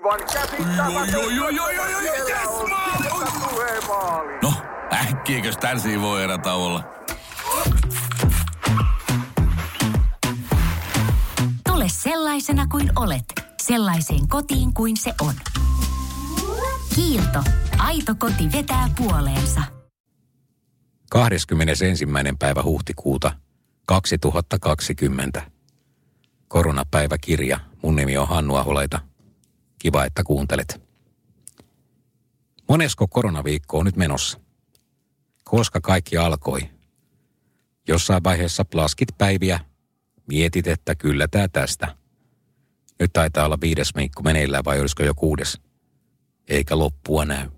Aivan käsittämätöntä. No, äkkiäkös tän voi erätä olla? Tule sellaisena kuin olet, sellaiseen kotiin kuin se on. Kiilto. Aito koti vetää puoleensa. 21. päivä huhtikuuta 2020. Koronapäiväkirja. Mun nimi on Hannu Aholaita. Kiva, että kuuntelet. Monesko koronaviikko on nyt menossa? Koska kaikki alkoi? Jossain vaiheessa laskit päiviä, mietit, että kyllä tää tästä. Nyt taitaa olla 5. viikko meneillään vai olisiko jo 6. Eikä loppua näy.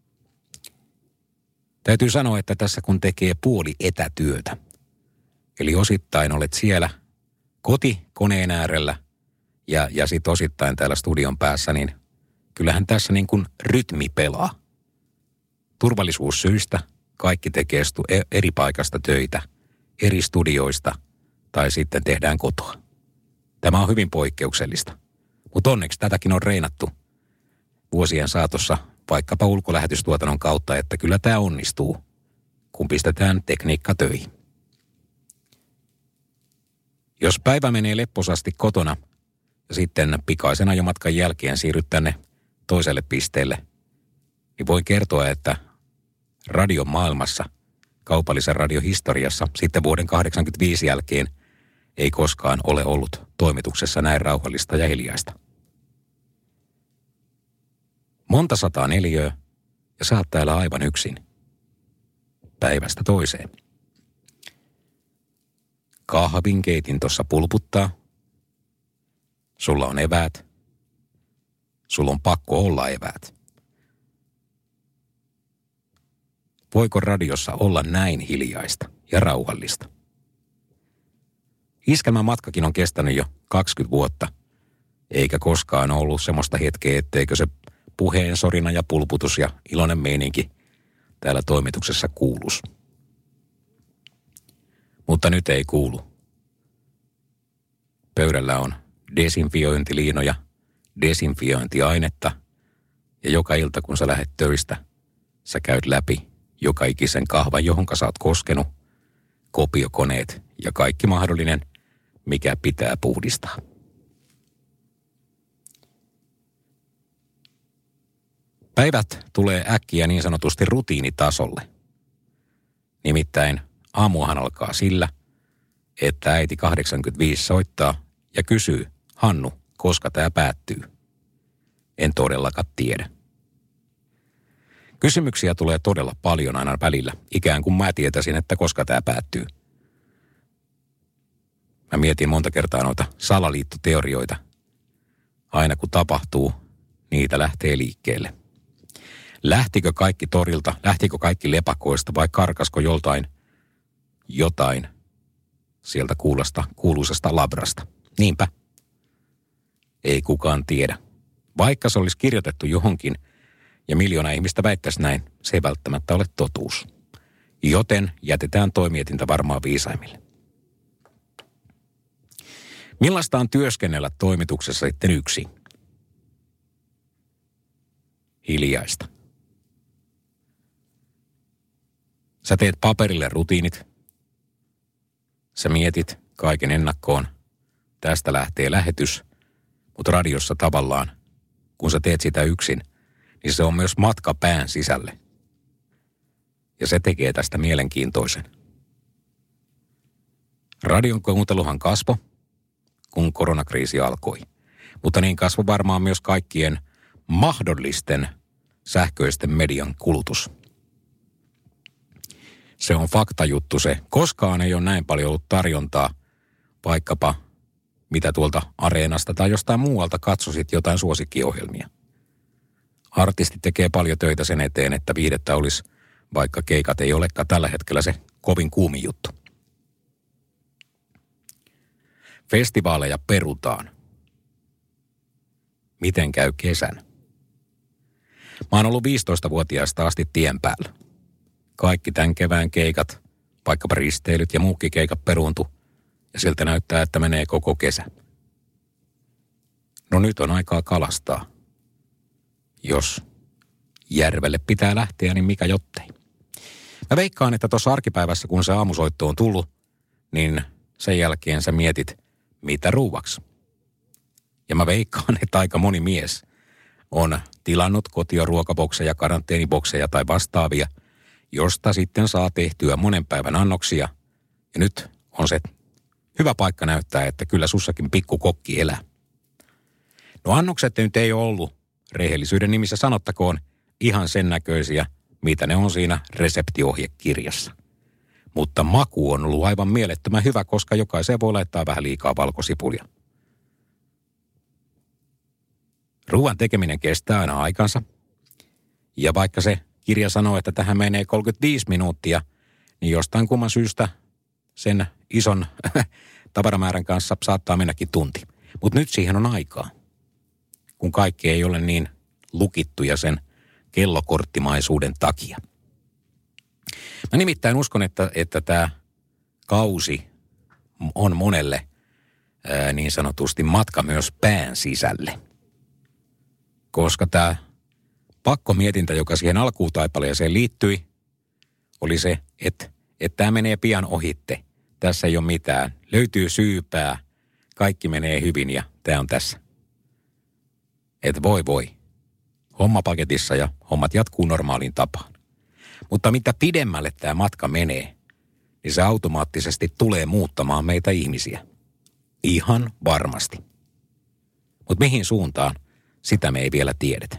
Täytyy sanoa, että tässä kun tekee puoli etätyötä, eli osittain olet siellä kotikoneen äärellä ja sitten osittain täällä studion päässä, niin kyllähän tässä niin kuin rytmi pelaa. Turvallisuussyistä kaikki tekee eri paikasta töitä, eri studioista tai sitten tehdään kotoa. Tämä on hyvin poikkeuksellista, mutta onneksi tätäkin on reinattu vuosien saatossa vaikkapa ulkolähetystuotannon kautta, että kyllä tämä onnistuu, kun pistetään tekniikka töihin. Jos päivä menee lepposasti kotona ja sitten pikaisen ajomatkan jälkeen siirryt tänne toiselle pisteelle, niin voin kertoa, että radion maailmassa, kaupallisen radiohistoriassa, sitten vuoden 1985 jälkeen ei koskaan ole ollut toimituksessa näin rauhallista ja hiljaista. Monta sataa neliöä ja sä oot täällä aivan yksin. Päivästä toiseen. Kahvin keitin tossa pulputtaa. Sulla on eväät. Sulla on pakko olla eväät. Voiko radiossa olla näin hiljaista ja rauhallista? Iskelmän matkakin on kestänyt jo 20 vuotta, eikä koskaan ollut semmoista hetkeä, etteikö se puheen sorina ja pulputus ja iloinen meininki täällä toimituksessa kuulus. Mutta nyt ei kuulu. Pöydällä on desinfiointiliinoja, desinfiointiainetta ja joka ilta kun sä lähdet töistä, sä käyt läpi joka ikisen kahvan, johonka sä oot koskenut, kopiokoneet ja kaikki mahdollinen, mikä pitää puhdistaa. Päivät tulee äkkiä niin sanotusti rutiinitasolle. Nimittäin aamuahan alkaa sillä, että äiti 85 soittaa ja kysyy, Hannu, koska tämä päättyy? En todellakaan tiedä. Kysymyksiä tulee todella paljon aina välillä, ikään kuin mä tietäisin, että koska tämä päättyy. Mä mietin monta kertaa noita salaliittoteorioita. Aina kun tapahtuu, niitä lähtee liikkeelle. Lähtikö kaikki torilta, lähtikö kaikki lepakoista vai karkasko jotain sieltä kuuluisesta labrasta? Niinpä. Ei kukaan tiedä. Vaikka se olisi kirjoitettu johonkin ja 1 miljoona ihmistä väittäisi näin, se ei välttämättä ole totuus. Joten jätetään toimietintä varmaan viisaimmille. Millaista on työskennellä toimituksessa sitten yksin? Hiljaista. Sä teet paperille rutiinit. Sä mietit kaiken ennakkoon. Tästä lähtee lähetys, mutta radiossa tavallaan, kun sä teet sitä yksin, niin se on myös matka pään sisälle. Ja se tekee tästä mielenkiintoisen. Radion kuunteluhan kasvoi, kun koronakriisi alkoi. Mutta niin kasvoi varmaan myös kaikkien mahdollisten sähköisten median kulutus. Se on faktajuttu se. Koskaan ei ole näin paljon ollut tarjontaa, vaikkapa mitä tuolta Areenasta tai jostain muualta katsosit jotain suosikkiohjelmia. Artisti tekee paljon töitä sen eteen, että viihdettä olisi, vaikka keikat ei olekaan tällä hetkellä se kovin kuumin juttu. Festivaaleja perutaan. Miten käy kesän? Mä oon ollut 15-vuotiaasta asti tien päällä. Kaikki tämän kevään keikat, vaikkapa risteilyt ja muukin keikat peruuntu, ja siltä näyttää, että menee koko kesä. No nyt on aikaa kalastaa. jos järvelle pitää lähteä, niin mikä jottei. Mä veikkaan, että tuossa arkipäivässä, kun se aamusoitto on tullut, niin sen jälkeen sä mietit, mitä ruuaksi. Ja mä veikkaan, että aika moni mies on tilannut kotioruokabokseja, karanteenibokseja tai vastaavia, josta sitten saa tehtyä monen päivän annoksia. Ja nyt on se hyvä paikka näyttää, että kyllä sussakin pikku kokki elää. No annokset nyt ei ole ollut, rehellisyyden nimissä sanottakoon, ihan sen näköisiä, mitä ne on siinä reseptiohjekirjassa. Mutta maku on ollut aivan mielettömän hyvä, koska jokaiseen voi laittaa vähän liikaa valkosipulia. Ruoan tekeminen kestää aina aikansa. Ja vaikka se kirja sanoo, että tähän menee 35 minuuttia, niin jostain kumman syystä sen ison tavaramäärän kanssa saattaa mennäkin tunti. Mutta nyt siihen on aikaa, kun kaikki ei ole niin lukittuja sen kellokorttimaisuuden takia. Mä nimittäin uskon, että tämä kausi on monelle niin sanotusti matka myös pään sisälle. Koska tämä pakkomietintä, joka siihen alkuutaipaleeseen liittyi, oli se, että tämä menee pian ohitte. Tässä ei ole mitään. Löytyy syypää, kaikki menee hyvin ja tämä on tässä. Että voi. Homma paketissa ja hommat jatkuu normaaliin tapaan. Mutta mitä pidemmälle tämä matka menee, niin se automaattisesti tulee muuttamaan meitä ihmisiä. Ihan varmasti. Mutta mihin suuntaan, sitä me ei vielä tiedetä.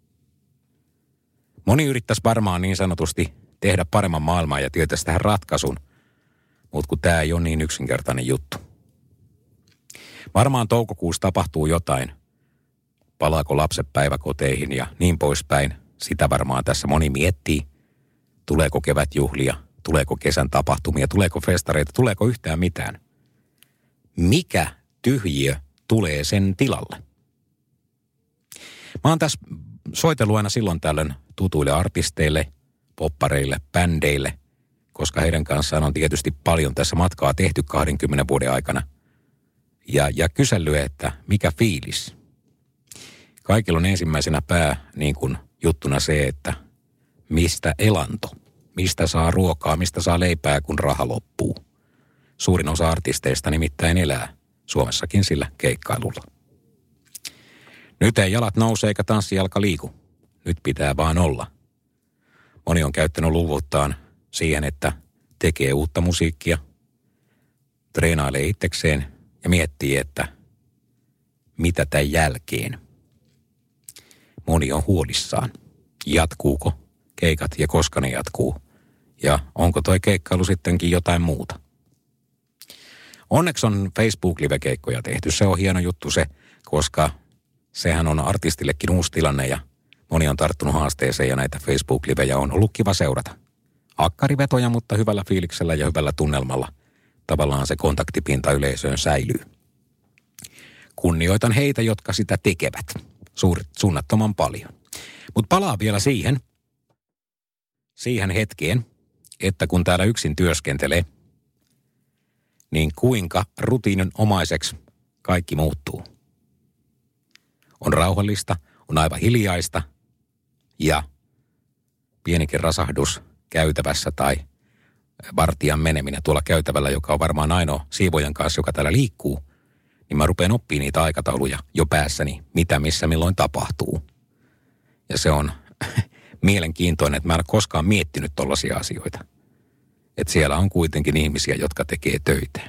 Moni yrittäisi varmaan niin sanotusti tehdä paremman maailman ja tietäisi tähän ratkaisun, mutta kun tämä ei ole niin yksinkertainen juttu. Varmaan toukokuussa tapahtuu jotain. Palaako lapset päiväkoteihin ja niin poispäin. Sitä varmaan tässä moni miettii. Tuleeko kevätjuhlia, tuleeko kesän tapahtumia, tuleeko festareita, tuleeko yhtään mitään. Mikä tyhjiö tulee sen tilalle? Mä oon tässä soitellut aina silloin tällöin tutuille artisteille, poppareille, bändeille, koska heidän kanssaan on tietysti paljon tässä matkaa tehty 20 vuoden aikana. Ja kysellyt, että mikä fiilis? Kaikilla on ensimmäisenä niin kuin juttuna se, että mistä elanto, mistä saa ruokaa, mistä saa leipää, kun raha loppuu. Suurin osa artisteista nimittäin elää Suomessakin sillä keikkailulla. Nyt ei jalat nouse eikä tanssijalka liiku. Nyt pitää vaan olla. Moni on käyttänyt luvuttaan siihen, että tekee uutta musiikkia, treenailee itsekseen ja miettii, että mitä tämän jälkeen. Moni on huolissaan. Jatkuuko keikat ja koska ne jatkuu? Ja onko toi keikkailu sittenkin jotain muuta? Onneksi on Facebook-live-keikkoja tehty. Se on hieno juttu se, koska sehän on artistillekin uusi tilanne ja moni on tarttunut haasteeseen ja näitä Facebook-livejä on ollut kiva seurata. Akkarivetoja, mutta hyvällä fiiliksellä ja hyvällä tunnelmalla. Tavallaan se kontaktipinta yleisöön säilyy. Kunnioitan heitä, jotka sitä tekevät. Suunnattoman paljon. Mutta palaa vielä siihen hetkeen, että kun täällä yksin työskentelee, niin kuinka rutiininomaiseksi kaikki muuttuu. On rauhallista, on aivan hiljaista ja pienikin rasahdus käytävässä tai vartijan meneminen tuolla käytävällä, joka on varmaan ainoa siivojan kanssa, joka täällä liikkuu, niin mä rupean oppimaan niitä aikatauluja jo päässäni, mitä missä milloin tapahtuu. Ja se on mielenkiintoinen, että mä en ole koskaan miettinyt tollaisia asioita. Että siellä on kuitenkin ihmisiä, jotka tekee töitä.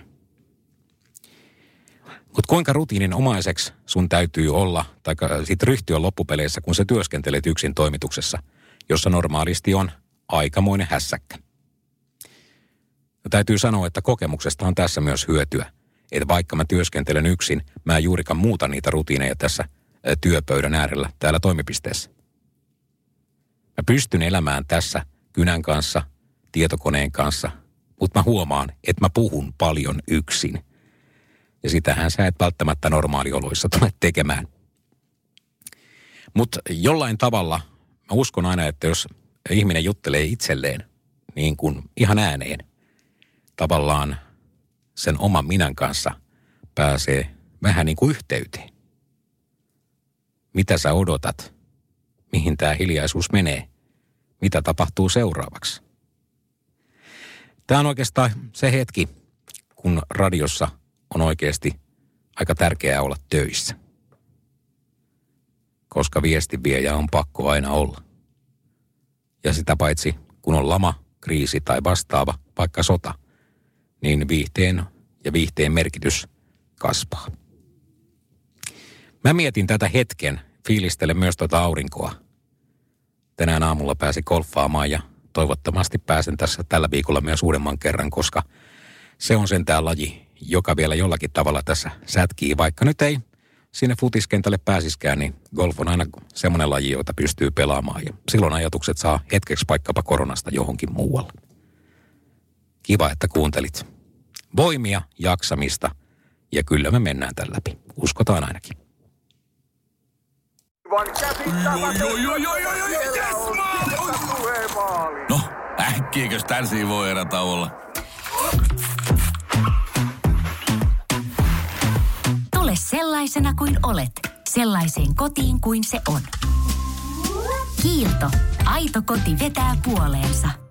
Mutta kuinka rutiininomaiseksi sun täytyy olla, tai sit ryhtyä loppupeleissä, kun sä työskentelet yksin toimituksessa, jossa normaalisti on aikamoinen hässäkkä. Ja täytyy sanoa, että kokemuksesta on tässä myös hyötyä. Että vaikka mä työskentelen yksin, mä en juurikaan muuta niitä rutiineja tässä työpöydän äärellä täällä toimipisteessä. Mä pystyn elämään tässä kynän kanssa, tietokoneen kanssa, mutta mä huomaan, että mä puhun paljon yksin. Ja sitähän sä et välttämättä normaalioloissa tule tekemään. Mutta jollain tavalla mä uskon aina, että jos ihminen juttelee itselleen niin kuin ihan ääneen, tavallaan sen oman minän kanssa pääsee vähän niin kuin yhteyteen. Mitä sä odotat? mihin tämä hiljaisuus menee, mitä tapahtuu seuraavaksi. Tämä on oikeastaan se hetki, kun radiossa on oikeasti aika tärkeää olla töissä. Koska viestinviejä on pakko aina olla. Ja sitä paitsi, kun on lama, kriisi tai vastaava, vaikka sota, niin viihteen merkitys kasvaa. Mä mietin tätä hetken, fiilistelen myös aurinkoa. Tänään aamulla pääsin golfaamaan ja toivottavasti pääsen tässä tällä viikolla myös uudemman kerran, koska se on sentään laji, joka vielä jollakin tavalla tässä sätkii. Vaikka nyt ei sinne futiskentälle pääsiskään, niin golf on aina semmoinen laji, jota pystyy pelaamaan. Ja silloin ajatukset saa hetkeksi vaikkapa koronasta johonkin muualle. Kiva, että kuuntelit. Voimia, jaksamista ja kyllä me mennään tämän läpi. Uskotaan ainakin. No, äkkiäkös tän voi erätauolla? Tule sellaisena kuin olet, sellaiseen kotiin kuin se on. Kiilto. Aito koti vetää puoleensa.